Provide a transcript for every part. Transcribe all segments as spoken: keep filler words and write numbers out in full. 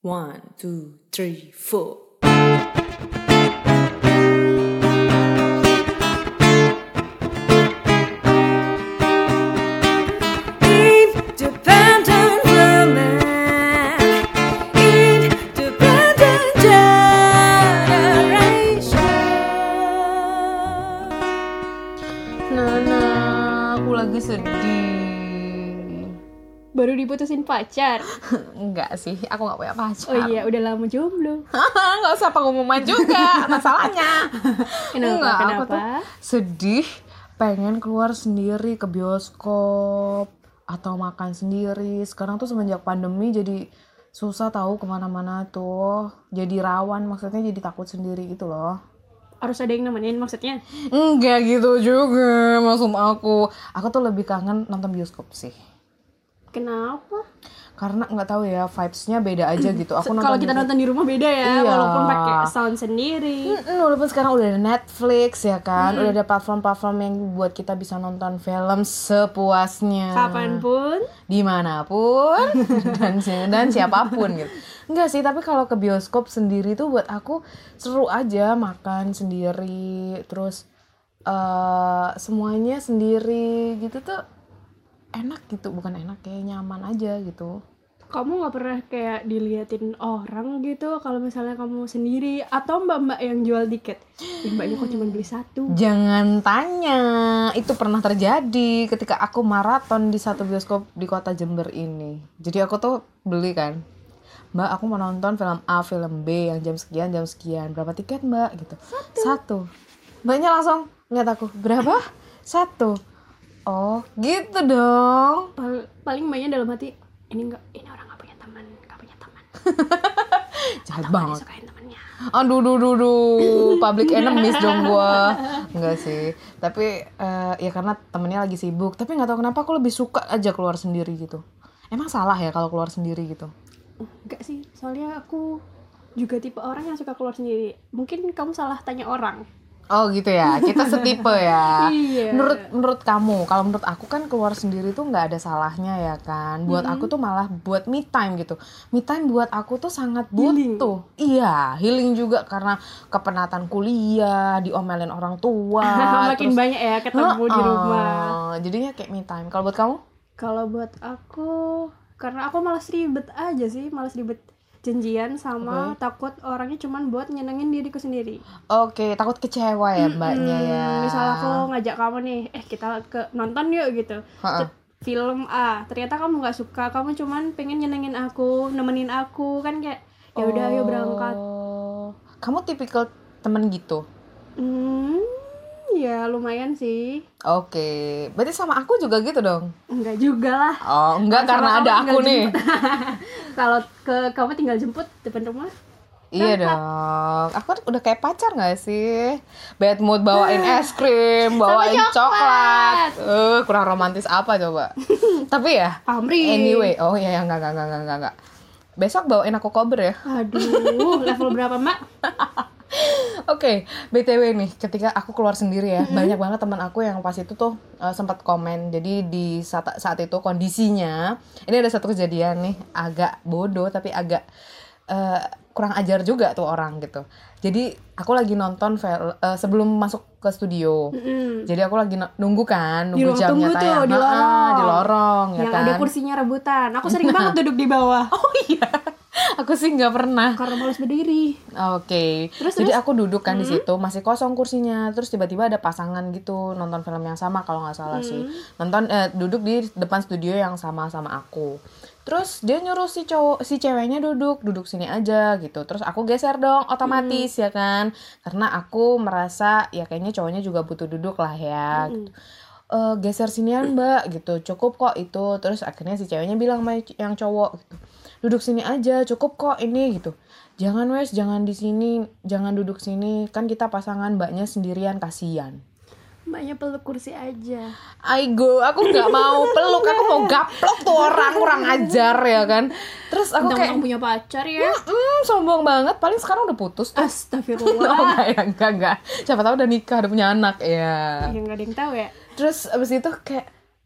One, two, three, four. Independent woman, independent generation. Nana, aku lagi sedih. Baru diputusin pacar. Enggak sih, aku gak punya pacar. Oh iya, udah lama jomblo. Gak usah pengumuman juga masalahnya. Kenapa? Enggak, Kenapa? aku tuh sedih, pengen keluar sendiri ke bioskop atau makan sendiri. Sekarang tuh semenjak pandemi jadi susah tahu kemana-mana tuh. Jadi rawan, maksudnya jadi takut sendiri gitu loh. Harus ada yang nemenin maksudnya? Enggak gitu juga maksud aku. Aku tuh lebih kangen nonton bioskop sih. Kenapa? Karena nggak tahu ya, vibes-nya beda aja gitu. Aku Kalau kita nonton di rumah beda ya, Iya. walaupun pakai sound sendiri. Mm-mm, walaupun sekarang udah ada Netflix ya kan, udah ada platform-platform yang buat kita bisa nonton film sepuasnya, Kapanpun. dimanapun, dan si- dan siapapun gitu. Enggak sih, tapi kalau ke bioskop sendiri tuh buat aku seru aja, makan sendiri, terus eh semuanya sendiri gitu tuh enak gitu, bukan enak, kayak nyaman aja gitu. Kamu gak pernah kayak diliatin orang gitu kalau misalnya kamu sendiri atau mbak-mbak yang jual tiket? Ih, mbaknya kok cuma beli satu? Jangan tanya, itu pernah terjadi ketika aku maraton di satu bioskop di kota Jember ini. Jadi aku tuh beli kan, Mbak aku mau nonton film A, film B yang jam sekian, jam sekian. Berapa tiket Mbak? Gitu. Satu. Satu. Mbaknya langsung ngeliat aku, berapa? Satu. Oh gitu dong. Pal- paling mbaknya dalam hati, ini enggak, ini orang gak punya teman, gak punya teman. Jahat Atau banget. gak disukain temannya. Aduh, duh, duh, duh, public enemies dong gua. Enggak sih, tapi eh, ya karena temennya lagi sibuk. Tapi nggak tahu kenapa aku lebih suka aja keluar sendiri gitu. Emang salah ya kalau keluar sendiri gitu? Enggak sih, soalnya aku juga tipe orang yang suka keluar sendiri. Mungkin kamu salah tanya orang. Oh gitu ya, kita setipe ya. Iya. Menurut menurut kamu, kalau menurut aku kan keluar sendiri tuh nggak ada salahnya ya kan. Buat aku tuh malah buat me time gitu. Me time buat aku tuh sangat Healing. butuh. Iya, healing juga karena kepenatan kuliah, diomelin orang tua. Makin terus- banyak ya ketemu di Heeh, rumah. Jadinya kayak me time. Kalau buat kamu? Kalau buat aku, karena aku malas ribet aja sih, malas ribet janjian sama takut orangnya cuman buat nyenengin diriku sendiri. Oke, takut kecewa ya mbaknya ya. Hmm, misal aku ngajak kamu nih, eh kita ke nonton yuk gitu. Ha-ha. Cet- film A, ternyata kamu nggak suka, kamu cuman pengen nyenengin aku, nemenin aku, kan kayak ya udah ayo berangkat. Oh, kamu tipikal temen gitu? Hmm, ya lumayan sih. Oke, berarti sama aku juga gitu dong? Enggak juga lah. Oh, enggak, Sama karena kamu ada tinggal aku nih. jemput. Kalau ke kamu tinggal jemput depan rumah. Iya dong. Aku kan udah kayak pacar gak sih? Bad mood bawain es krim, bawain coklat. coklat. Eh, kurang romantis apa coba? Tapi ya, Pamri. anyway, oh iya, enggak, enggak, enggak, enggak, enggak. Besok bawain aku kober ya. Aduh, level berapa, Mbak? Oke, B T W nih, ketika aku keluar sendiri ya, banyak banget teman aku yang pas itu tuh uh, sempat komen. Jadi di saat saat itu kondisinya, ini ada satu kejadian nih, agak bodoh tapi agak uh, kurang ajar juga tuh orang gitu. Jadi aku lagi nonton fel- uh, sebelum masuk ke studio. Mm-mm. Jadi aku lagi no- nunggu kan, Di nunggu ruang jamnya tunggu tuh, tayang. di Ha-ha, lorong. di lorong ya Yang kan. ada kursinya rebutan. Aku sering banget duduk di bawah Oh iya, aku sih nggak pernah. karena malas berdiri. Oke, Terus, jadi terus? aku duduk kan di situ, masih kosong kursinya. Terus tiba-tiba ada pasangan gitu nonton film yang sama kalau nggak salah sih. Nonton eh, duduk di depan studio yang sama sama aku. Terus dia nyuruh si cowok si ceweknya duduk, duduk sini aja gitu. Terus aku geser dong, otomatis ya kan. Karena aku merasa ya kayaknya cowoknya juga butuh duduk lah ya. Gitu. "Eh, geser sinian mbak gitu, cukup kok itu." Terus akhirnya si ceweknya bilang sama yang cowok gitu, "Duduk sini aja, cukup kok ini," gitu. "Jangan wes, jangan di sini, jangan duduk sini, kan kita pasangan, mbaknya sendirian, kasihan." Mbaknya peluk kursi aja. Aigo, aku nggak mau peluk, aku mau gaplok tuh orang, kurang ajar ya kan. Terus aku kayak, Mentang-mentang punya pacar ya. hmm, sombong banget, paling sekarang udah putus tuh. Oh Astagfirullah. enggak ya, enggak, enggak. Siapa tahu udah nikah, udah punya anak ya. Yang nggak ada yang tahu ya. Terus abis itu kayak,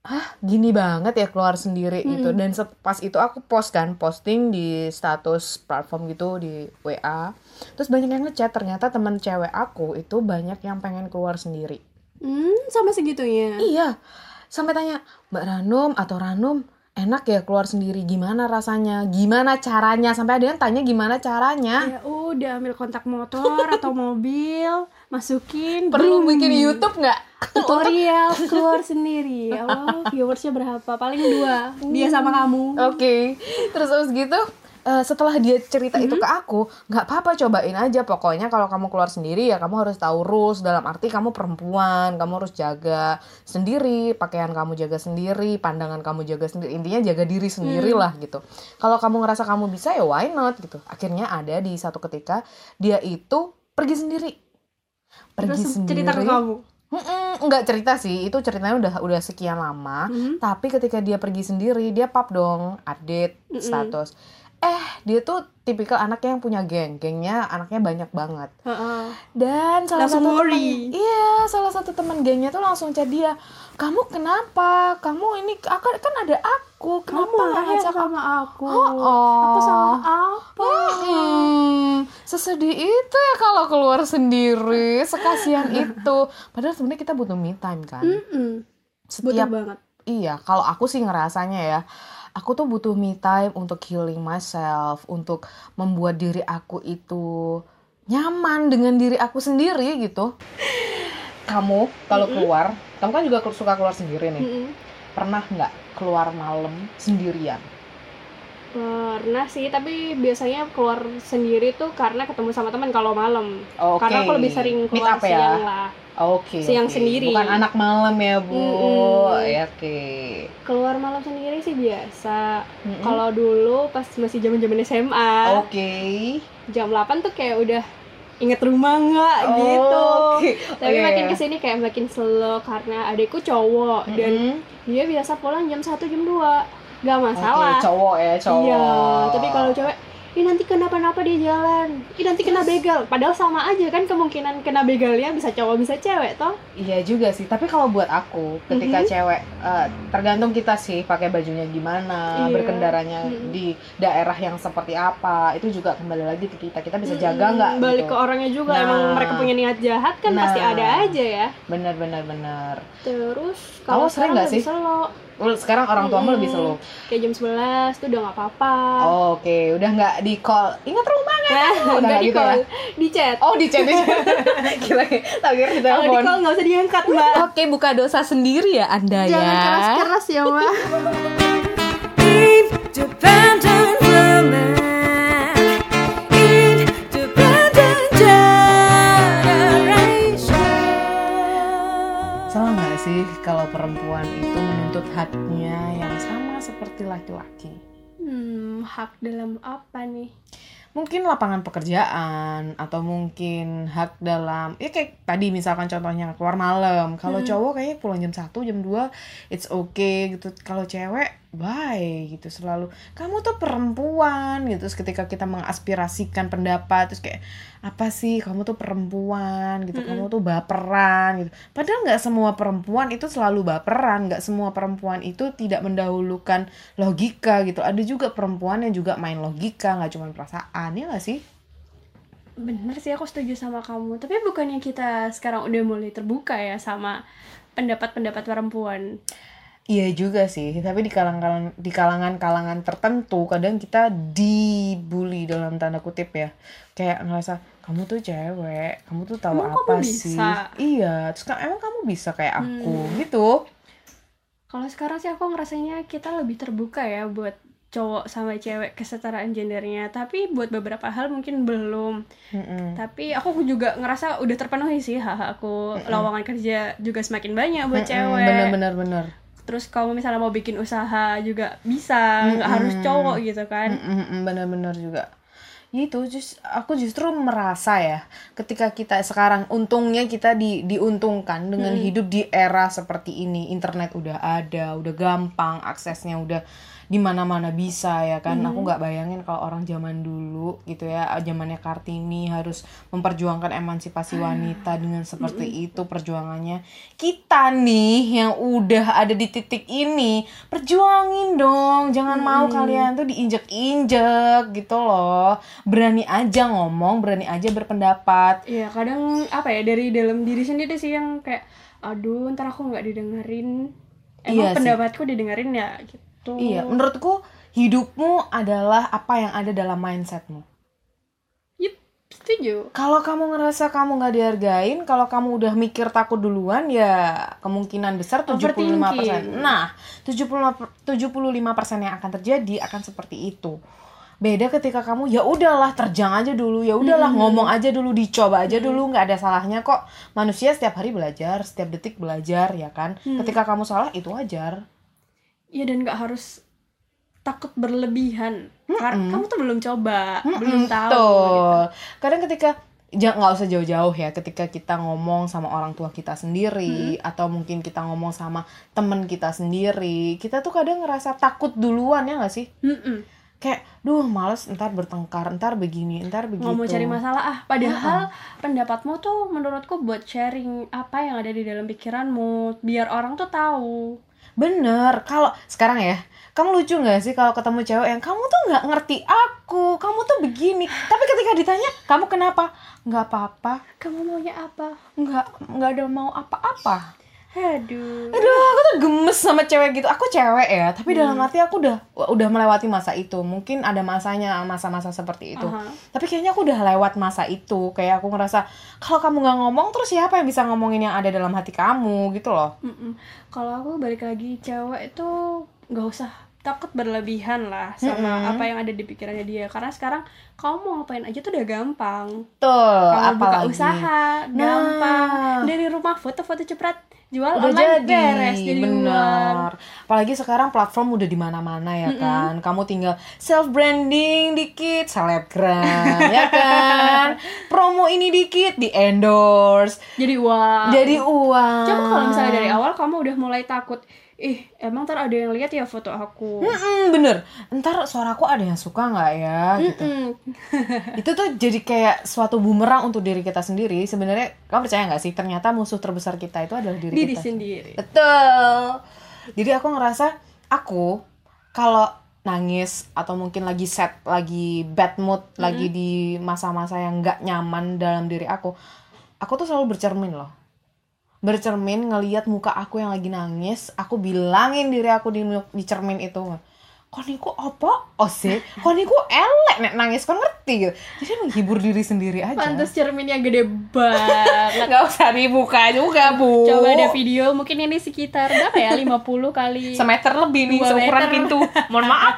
ah gini banget ya keluar sendiri gitu. Dan se- pas itu aku post kan, posting di status platform gitu di W A. Terus banyak yang ngechat, ternyata teman cewek aku itu banyak yang pengen keluar sendiri. Hmm, sampai segitunya. Iya, sampai tanya, Mbak Ranum atau Ranum, enak ya keluar sendiri, gimana rasanya, gimana caranya, sampai ada yang tanya gimana caranya. Ya udah ambil kontak motor atau mobil, masukin, Perlu brum. bikin YouTube nggak? Tutorial keluar sendiri. Ya Allah, viewersnya berapa? Paling dua. Dia sama kamu. Oke, terus terus gitu. eh, setelah dia cerita itu ke aku, nggak apa-apa, cobain aja. Pokoknya kalau kamu keluar sendiri ya kamu harus tahu rules. Dalam arti kamu perempuan, kamu harus jaga sendiri, pakaian kamu jaga sendiri, pandangan kamu jaga sendiri. Intinya jaga diri sendiri lah gitu. Kalau kamu ngerasa kamu bisa ya why not gitu. Akhirnya ada di satu ketika dia itu pergi sendiri, pergi Terus sendiri. cerita ke kamu. Mm-mm, enggak cerita sih, itu ceritanya udah udah sekian lama. Tapi ketika dia pergi sendiri, dia pap dong, update status. Eh, dia tuh tipikal anaknya yang punya geng, gengnya anaknya banyak banget. Heeh. Dan salah Langsung satu teman, worry. iya salah satu teman gengnya tuh langsung chat dia, kamu kenapa? Kamu ini, aku kan ada aku, kenapa Kamu nggak marah ya ngajak aku? sama aku. Oh, Aku salah apa? Hmm, sesedih itu ya kalau keluar sendiri, sekasian itu. Padahal sebenarnya kita butuh me time kan. Mm-mm. Butuh Setiap banget. iya, kalau aku sih ngerasanya ya, aku tuh butuh me time untuk healing myself, untuk membuat diri aku itu nyaman dengan diri aku sendiri gitu. Kamu kalau keluar, kamu kan juga suka keluar sendiri nih. Mm-mm. Pernah nggak keluar malam sendirian? Pernah sih, tapi biasanya keluar sendiri tuh karena ketemu sama teman kalau malam. Oke. Karena aku lebih sering Meet keluar up ya? siang lah. Oke. Siang oke. sendiri. Bukan anak malam ya, Bu. Mm-mm. Ya, oke. Keluar malam sendiri sih biasa. Mm-mm. Kalau dulu pas masih zaman-zaman S M A, Oke. jam delapan tuh kayak udah inget rumah nggak Oh, gitu. oke. Tapi Iya, makin iya. kesini kayak makin slow karena adekku cowok dan Mm-mm. dia biasa pulang jam satu jam dua. Gak Oke, masalah. cowok ya, cowok. Iya, tapi kalau cewek, ih nanti kenapa-napa dia jalan, ih nanti kena begal. Padahal sama aja kan kemungkinan kena begalnya bisa cowok bisa cewek toh. Iya juga sih, tapi kalau buat aku ketika Mhm. cewek eh, tergantung kita sih pakai bajunya gimana, Iya. berkendaranya Mhm. di daerah yang seperti apa, itu juga kembali lagi ke kita, kita bisa jaga Mm-mm, nggak balik gitu. ke orangnya juga. Nah. Emang mereka punya niat jahat kan Nah. pasti ada aja ya. Bener bener bener. Terus Kamu kalau sering sekarang nggak lebih sih? slow. Lu sekarang orang tuamu Mm-mm. lebih slow. Kayak jam sebelas tuh udah nggak apa-apa. Oke, udah nggak di call. Ingat rumah nggak? Nah, Udah nggak nggak di gitu call, ya? di chat. Oh, di chat, di chat. Gila, tak kira di Kalau di telepon. call nggak usah diangkat mbak. Oke, buka dosa sendiri ya Anda ya. Jangan keras-keras ya mbak. Independent woman, independent generation. Salah nggak sih kalau perempuan itu menuntut haknya yang sama seperti laki-laki? Hmm, hak dalam apa nih? Mungkin lapangan pekerjaan atau mungkin hak dalam ya kayak tadi misalkan contohnya keluar malam. Kalau cowok kayaknya pulang jam satu, jam dua it's okay gitu. Kalau cewek bye gitu selalu. Kamu tuh perempuan gitu. Terus ketika kita mengaspirasikan pendapat terus kayak apa sih kamu tuh perempuan gitu. Kamu tuh baperan gitu. Padahal nggak semua perempuan itu selalu baperan, nggak semua perempuan itu tidak mendahulukan logika gitu. Ada juga perempuan yang juga main logika, nggak cuma perasaan, ya nggak sih? Bener sih, aku setuju sama kamu. Tapi bukannya kita sekarang udah mulai terbuka ya sama pendapat-pendapat perempuan? Iya juga sih, tapi di kalangan di kalangan-kalangan tertentu kadang kita dibully dalam tanda kutip ya. Kayak ngerasa kamu tuh cewek, kamu tuh tahu Emang apa kamu sih? bisa? Iya, terus kan emang kamu bisa kayak aku gitu. Kalau sekarang sih aku ngerasanya kita lebih terbuka ya buat cowok sama cewek, kesetaraan gendernya. Tapi buat beberapa hal mungkin belum. Mm-mm. Tapi aku juga ngerasa udah terpenuhi sih hak aku. Lowongan kerja juga semakin banyak buat Mm-mm, cewek. Bener-bener bener. Terus kalau misalnya mau bikin usaha juga bisa, nggak harus cowok gitu kan. Mm-mm, bener-bener juga. Itu just aku justru merasa ya ketika kita sekarang untungnya kita di diuntungkan dengan hidup di era seperti ini. Internet udah ada, udah gampang, aksesnya udah di mana-mana bisa ya kan. Aku nggak bayangin kalau orang zaman dulu gitu ya, zamannya Kartini harus memperjuangkan emansipasi wanita dengan seperti itu perjuangannya. Kita nih yang udah ada di titik ini, perjuangin dong. Jangan mau kalian tuh diinjek-injek gitu loh. Berani aja ngomong, berani aja berpendapat. Iya, kadang apa ya, dari dalam diri sendiri sih yang kayak aduh ntar aku nggak didengerin, emang Iya sih. pendapatku didengerin ya gitu. Iya, menurutku hidupmu adalah apa yang ada dalam mindsetmu. Yup, setuju. Kalau kamu ngerasa kamu nggak dihargain, kalau kamu udah mikir takut duluan, ya kemungkinan besar tujuh puluh lima persen. Overthinking. Nah, tujuh puluh lima persen yang akan terjadi akan seperti itu. Beda ketika kamu ya udahlah terjang aja dulu, ya udahlah ngomong aja dulu, dicoba aja dulu, nggak ada salahnya kok. Manusia setiap hari belajar, setiap detik belajar ya kan. Ketika kamu salah itu wajar. Iya, dan nggak harus takut berlebihan. Karena kamu tuh belum coba, belum tahu. Betul. Kadang ketika ja- nggak usah jauh-jauh ya, ketika kita ngomong sama orang tua kita sendiri atau mungkin kita ngomong sama temen kita sendiri, kita tuh kadang ngerasa takut duluan ya nggak sih? Mm-mm. Kayak, duh males ntar bertengkar, ntar begini, ntar begitu. Nggak mau cari masalah ah. Padahal pendapatmu tuh menurutku buat sharing apa yang ada di dalam pikiranmu, biar orang tuh tahu. Bener, kalau sekarang ya, kamu lucu nggak sih kalau ketemu cewek yang kamu tuh nggak ngerti aku, kamu tuh begini, tapi ketika ditanya kamu kenapa, nggak apa-apa, Kamu maunya apa? nggak nggak ada mau apa-apa. Aduh. Aduh, aku tuh gemes sama cewek gitu. Aku cewek ya, tapi dalam hati aku udah udah melewati masa itu. Mungkin ada masanya, masa-masa seperti itu. Aha. Tapi kayaknya aku udah lewat masa itu. Kayak aku ngerasa kalau kamu nggak ngomong, terus siapa yang bisa ngomongin yang ada dalam hati kamu gitu loh. Mm-mm. Kalau aku balik lagi, cewek itu nggak usah takut berlebihan lah sama apa yang ada di pikirannya dia, karena sekarang kamu mau ngapain aja tuh udah gampang. Tuh, Kamu buka apalagi usaha gampang, dari rumah foto-foto cepret, jual udah online jadi, beres, jadi uang. bener. Apalagi sekarang platform udah di mana-mana ya kan. Kamu tinggal self branding dikit, selebgram ya kan. Promo ini dikit, di endorse, Jadi uang. jadi uang. Coba kalau misalnya dari awal kamu udah mulai takut, ih emang ntar ada yang lihat ya foto aku. Mm-mm, bener, ntar suaraku ada yang suka nggak ya gitu. Mm-mm. Itu tuh jadi kayak suatu bumerang untuk diri kita sendiri. Sebenarnya kamu percaya nggak sih, ternyata musuh terbesar kita itu adalah diri, Diri kita sendiri. Betul. Jadi aku ngerasa aku kalau nangis atau mungkin lagi sad, lagi bad mood, lagi di masa-masa yang nggak nyaman dalam diri aku, aku tuh selalu bercermin loh. Bercermin, ngelihat muka aku yang lagi nangis, aku bilangin diri aku di, di cermin itu, kok niku apa? Oh sih, kok niku elek nek nangis, kan ngerti gitu. Jadi menghibur diri sendiri aja. Pantes cerminnya gede banget. Nggak usah dibuka juga, Bu. Coba ada video, mungkin ini sekitar berapa ya, lima puluh kali Semeter lebih nih, Dua seukuran meter. pintu. Mohon maaf.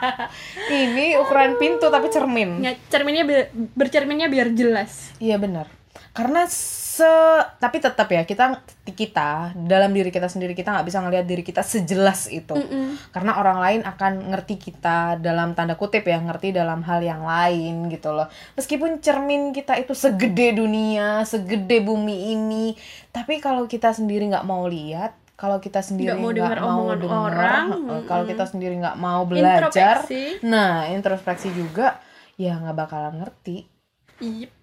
Ini ukuran pintu tapi cermin. Ya, cerminnya bi- bercerminnya biar jelas. Iya benar. Karena se tapi tetap ya kita kita dalam diri kita sendiri, kita nggak bisa ngelihat diri kita sejelas itu. Karena orang lain akan ngerti kita dalam tanda kutip ya, ngerti dalam hal yang lain gitu loh. Meskipun cermin kita itu segede dunia, segede bumi ini, tapi kalau kita sendiri nggak mau lihat, kalau kita sendiri Nggak mau nggak dengar mau omongan denger, orang, eh, kalau kita sendiri nggak mau belajar, Introspeksi. nah introspeksi juga, ya nggak bakalan ngerti. Iya,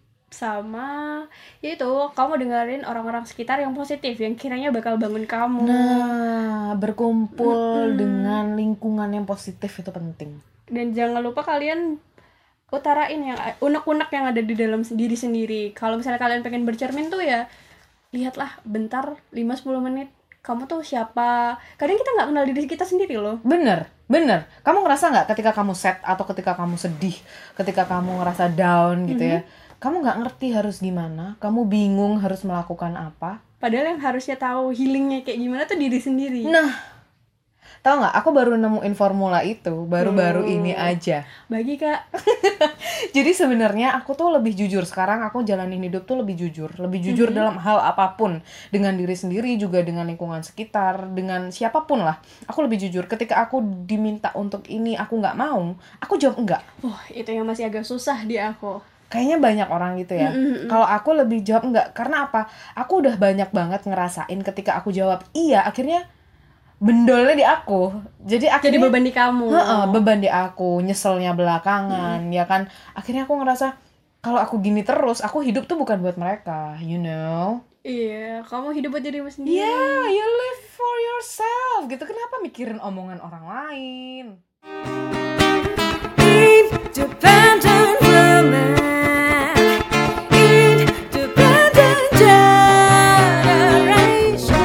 sama ya itu, kamu dengerin orang-orang sekitar yang positif, yang kiranya bakal bangun kamu. Nah, berkumpul dengan lingkungan yang positif itu penting. Dan jangan lupa kalian utarain yang unek-unek yang ada di dalam diri sendiri. Kalau misalnya kalian pengen bercermin tuh ya lihatlah bentar lima sampai sepuluh menit kamu tuh siapa. Kadang kita nggak kenal diri kita sendiri loh. Bener, bener. Kamu ngerasa nggak ketika kamu sad atau ketika kamu sedih, ketika kamu ngerasa down gitu ya, kamu nggak ngerti harus gimana, kamu bingung harus melakukan apa. Padahal yang harusnya tahu healingnya kayak gimana tuh diri sendiri. Nah, tahu nggak? Aku baru nemuin formula itu baru-baru Hmm. ini aja. Bagi kak. Jadi sebenarnya aku tuh lebih jujur sekarang. Aku jalanin hidup tuh lebih jujur, lebih jujur dalam hal apapun, dengan diri sendiri juga dengan lingkungan sekitar, dengan siapapun lah. Aku lebih jujur. Ketika aku diminta untuk ini, aku nggak mau, aku jawab enggak. Wah, itu yang masih agak susah di aku. Kayaknya banyak orang gitu ya. Kalau aku lebih jawab enggak, karena apa? Aku udah banyak banget ngerasain ketika aku jawab iya, akhirnya bendolnya di aku. Jadi Jadi akhirnya beban di kamu. Heeh, beban di aku, nyeselnya belakangan, ya kan. Akhirnya aku ngerasa kalau aku gini terus, aku hidup tuh bukan buat mereka, you know. Iya, kamu hidup buat dirimu sendiri. Yeah, you live for yourself gitu. Kenapa mikirin omongan orang lain? Independent woman, independent generation.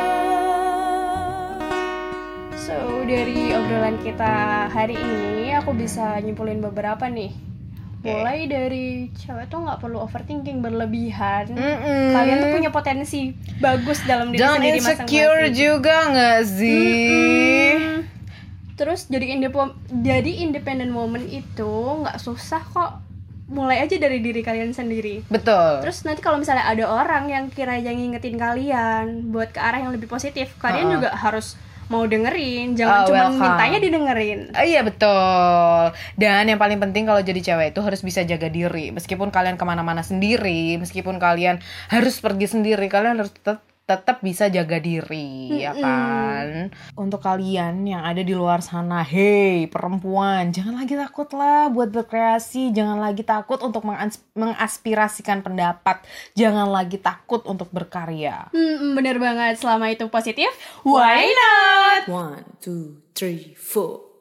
So, dari obrolan kita hari ini, aku bisa nyimpulin beberapa nih. Mulai dari cewek tuh nggak perlu overthinking berlebihan. Mm-mm. Kalian tuh punya potensi bagus dalam diri Jangan sendiri insecure masing-masing. juga nggak sih? Mm-mm. Terus jadi indep- jadi independent woman itu nggak susah kok. Mulai aja dari diri kalian sendiri. Betul. Terus nanti kalau misalnya ada orang yang kiranya ngingetin kalian buat ke arah yang lebih positif, kalian Uh-uh. juga harus mau dengerin, jangan Oh, cuma welcome. mintanya didengerin. Ah, iya betul. Dan yang paling penting kalau jadi cewek itu harus bisa jaga diri. Meskipun kalian kemana-mana sendiri, meskipun kalian harus pergi sendiri, kalian harus tetap tetap bisa jaga diri, ya kan? Untuk kalian yang ada di luar sana, hey perempuan, jangan lagi takut lah buat berkreasi, jangan lagi takut untuk mengas- mengaspirasikan pendapat, jangan lagi takut untuk berkarya. Hmm, bener banget. Selama itu positif, why not? One, two, three, four.